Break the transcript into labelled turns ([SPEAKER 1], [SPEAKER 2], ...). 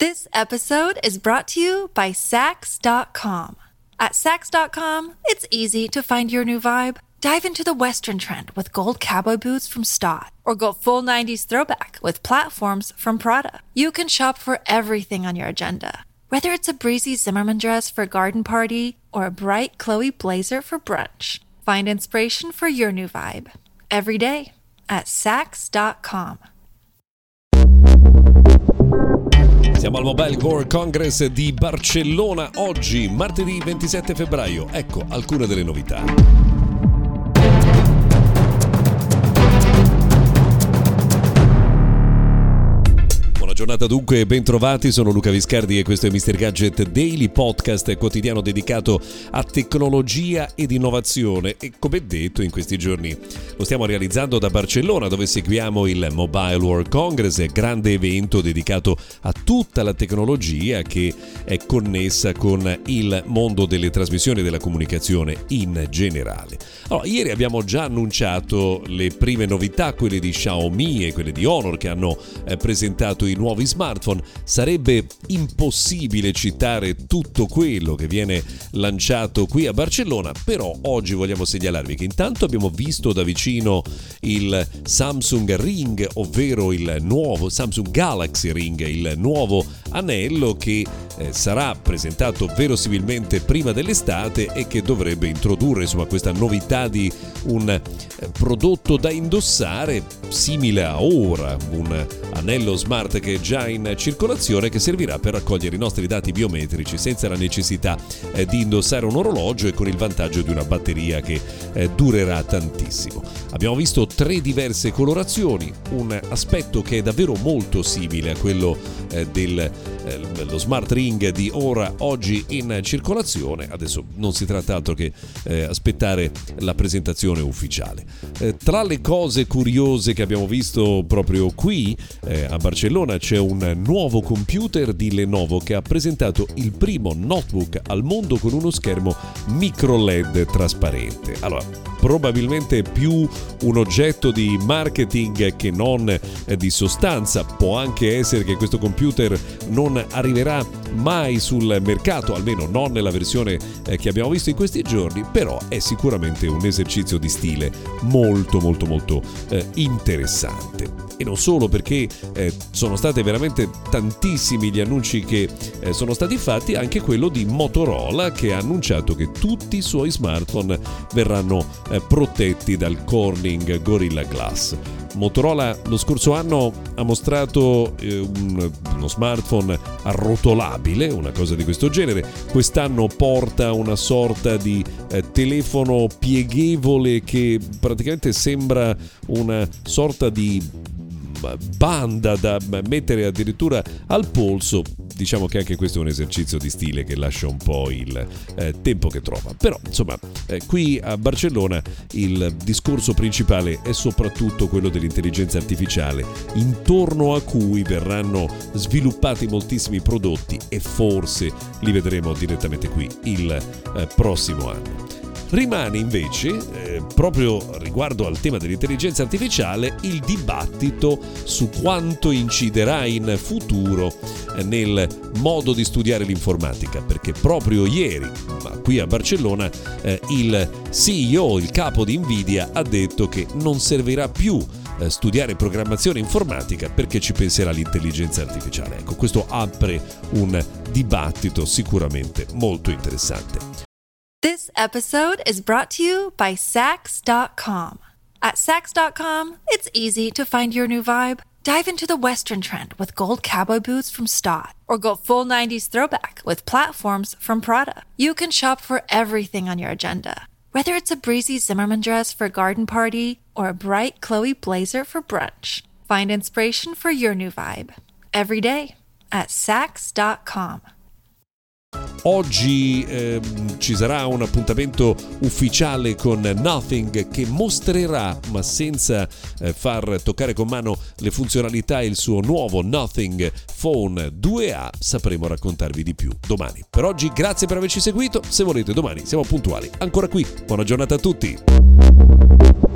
[SPEAKER 1] This episode is brought to you by Sax.com. At Sax.com, it's easy to find your new vibe. Dive into the Western trend with gold cowboy boots from Stott, or go full 90s throwback with platforms from Prada. You can shop for everything on your agenda, whether it's a breezy Zimmermann dress for a garden party or a bright Chloe blazer for brunch. Find inspiration for your new vibe every day at Sax.com.
[SPEAKER 2] Siamo al Mobile World Congress di Barcellona oggi, martedì 27 febbraio. Ecco alcune delle novità. Giornata dunque e ben trovati, sono Luca Viscardi e questo è Mr. Gadget Daily, podcast quotidiano dedicato a tecnologia ed innovazione e come detto in questi giorni lo stiamo realizzando da Barcellona, dove seguiamo il Mobile World Congress, grande evento dedicato a tutta la tecnologia che è connessa con il mondo delle trasmissioni e della comunicazione in generale. Allora, ieri abbiamo già annunciato le prime novità, quelle di Xiaomi e quelle di Honor, che hanno presentato i nuovi smartphone. Sarebbe impossibile citare tutto quello che viene lanciato qui a Barcellona, però oggi vogliamo segnalarvi che intanto abbiamo visto da vicino il Samsung Ring, ovvero il nuovo Samsung Galaxy Ring, il nuovo anello che sarà presentato verosimilmente prima dell'estate e che dovrebbe introdurre insomma questa novità di un prodotto da indossare simile a Aura, un anello smart che è già in circolazione, che servirà per raccogliere i nostri dati biometrici senza la necessità di indossare un orologio e con il vantaggio di una batteria che durerà tantissimo. Abbiamo visto 3 diverse colorazioni, un aspetto che è davvero molto simile a quello dello Smart Ring di Aura oggi in circolazione. Adesso non si tratta altro che aspettare la presentazione ufficiale. Tra le cose curiose che abbiamo visto proprio qui a Barcellona c'è un nuovo computer di Lenovo che ha presentato il primo notebook al mondo con uno schermo micro LED trasparente. Allora, probabilmente più un oggetto di marketing che non di sostanza. Può anche essere che questo computer non arriverà mai sul mercato, almeno non nella versione che abbiamo visto in questi giorni, però è sicuramente un esercizio di stile molto interessante. E non solo, perché sono stati veramente tantissimi gli annunci che sono stati fatti, anche quello di Motorola, che ha annunciato che tutti i suoi smartphone verranno protetti dal Corning Gorilla Glass. Motorola lo scorso anno ha mostrato uno smartphone arrotolabile, una cosa di questo genere. Quest'anno porta una sorta di telefono pieghevole che praticamente sembra una sorta di banda da mettere addirittura al polso. Diciamo che anche questo è un esercizio di stile che lascia un po' il tempo che trova. Però insomma qui a Barcellona il discorso principale è soprattutto quello dell'intelligenza artificiale, intorno a cui verranno sviluppati moltissimi prodotti e forse li vedremo direttamente qui il prossimo anno. Rimane invece, proprio riguardo al tema dell'intelligenza artificiale, il dibattito su quanto inciderà in futuro nel modo di studiare l'informatica, perché proprio ieri, qui a Barcellona, il CEO, il capo di Nvidia, ha detto che non servirà più studiare programmazione informatica perché ci penserà l'intelligenza artificiale. Ecco, questo apre un dibattito sicuramente molto interessante.
[SPEAKER 1] This episode is brought to you by Sax.com. At Sax.com, it's easy to find your new vibe. Dive into the Western trend with gold cowboy boots from Stott, or go full 90s throwback with platforms from Prada. You can shop for everything on your agenda, whether it's a breezy Zimmermann dress for a garden party or a bright Chloe blazer for brunch. Find inspiration for your new vibe every day at Sax.com.
[SPEAKER 2] Oggi ci sarà un appuntamento ufficiale con Nothing, che mostrerà, ma senza far toccare con mano le funzionalità, il suo nuovo Nothing Phone 2A. Sapremo raccontarvi di più domani. Per oggi grazie per averci seguito, se volete domani siamo puntuali ancora qui. Buona giornata a tutti.